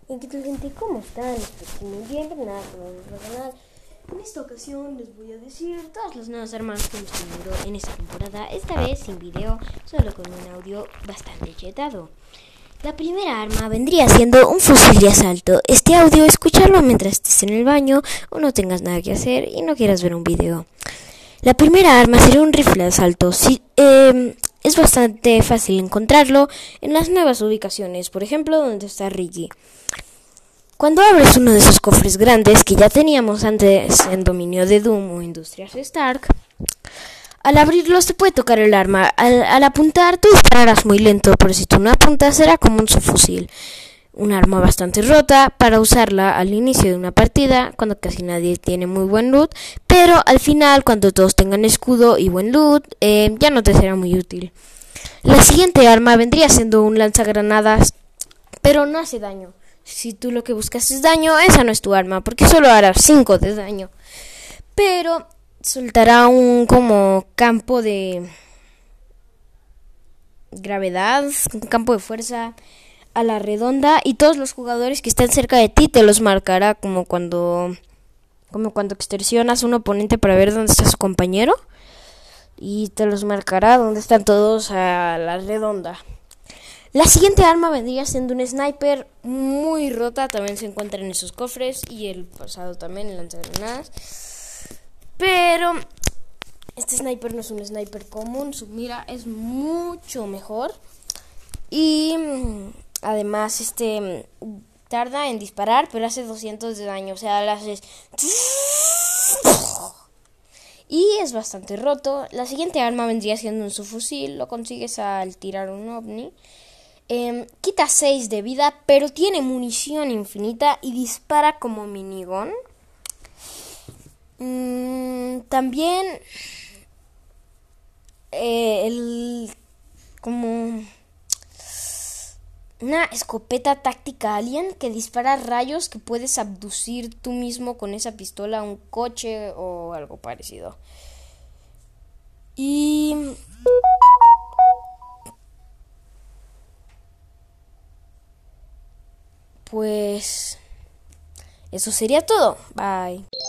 ¿Qué tal, gente? ¿Cómo están? Espero que muy bien, pero nada, como nuestro canal. En esta ocasión les voy a decir todas las nuevas armas que hemos tenido en esta temporada. Esta vez sin video, solo con un audio bastante chetado. La primera arma vendría siendo un fusil de asalto. Este audio, escucharlo mientras estés en el baño o no tengas nada que hacer y no quieras ver un video. La primera arma sería un rifle de asalto. Es bastante fácil encontrarlo en las nuevas ubicaciones, por ejemplo, donde está Ricky. Cuando abres uno de esos cofres grandes que ya teníamos antes en dominio de Doom o Industrias Stark, al abrirlos te puede tocar el arma. Al apuntar tú dispararás muy lento, pero si tú no apuntas será como un subfusil. Un arma bastante rota para usarla al inicio de una partida, cuando casi nadie tiene muy buen loot, pero al final, cuando todos tengan escudo y buen loot, ya no te será muy útil. La siguiente arma vendría siendo un lanzagranadas, pero no hace daño. Si tú lo que buscas es daño, esa no es tu arma, porque solo hará 5 de daño. Pero soltará un como campo de gravedad, un campo de fuerza a la redonda, y todos los jugadores que están cerca de ti te los marcará como cuando extorsionas a un oponente para ver dónde está su compañero, y te los marcará donde están todos a la redonda. La siguiente arma vendría siendo un sniper muy rota, también se encuentra en esos cofres y el pasado también, el lanzagranadas. Pero este sniper no es un sniper común, su mira es mucho mejor y además tarda en disparar, pero hace 200 de daño, o sea, le haces y es bastante roto. La siguiente arma vendría siendo un subfusil, lo consigues al tirar un ovni. Quita 6 de vida, pero tiene munición infinita y dispara como minigun. También como una escopeta táctica alien que dispara rayos que puedes abducir tú mismo con esa pistola a un coche o algo parecido. Y pues eso sería todo. Bye.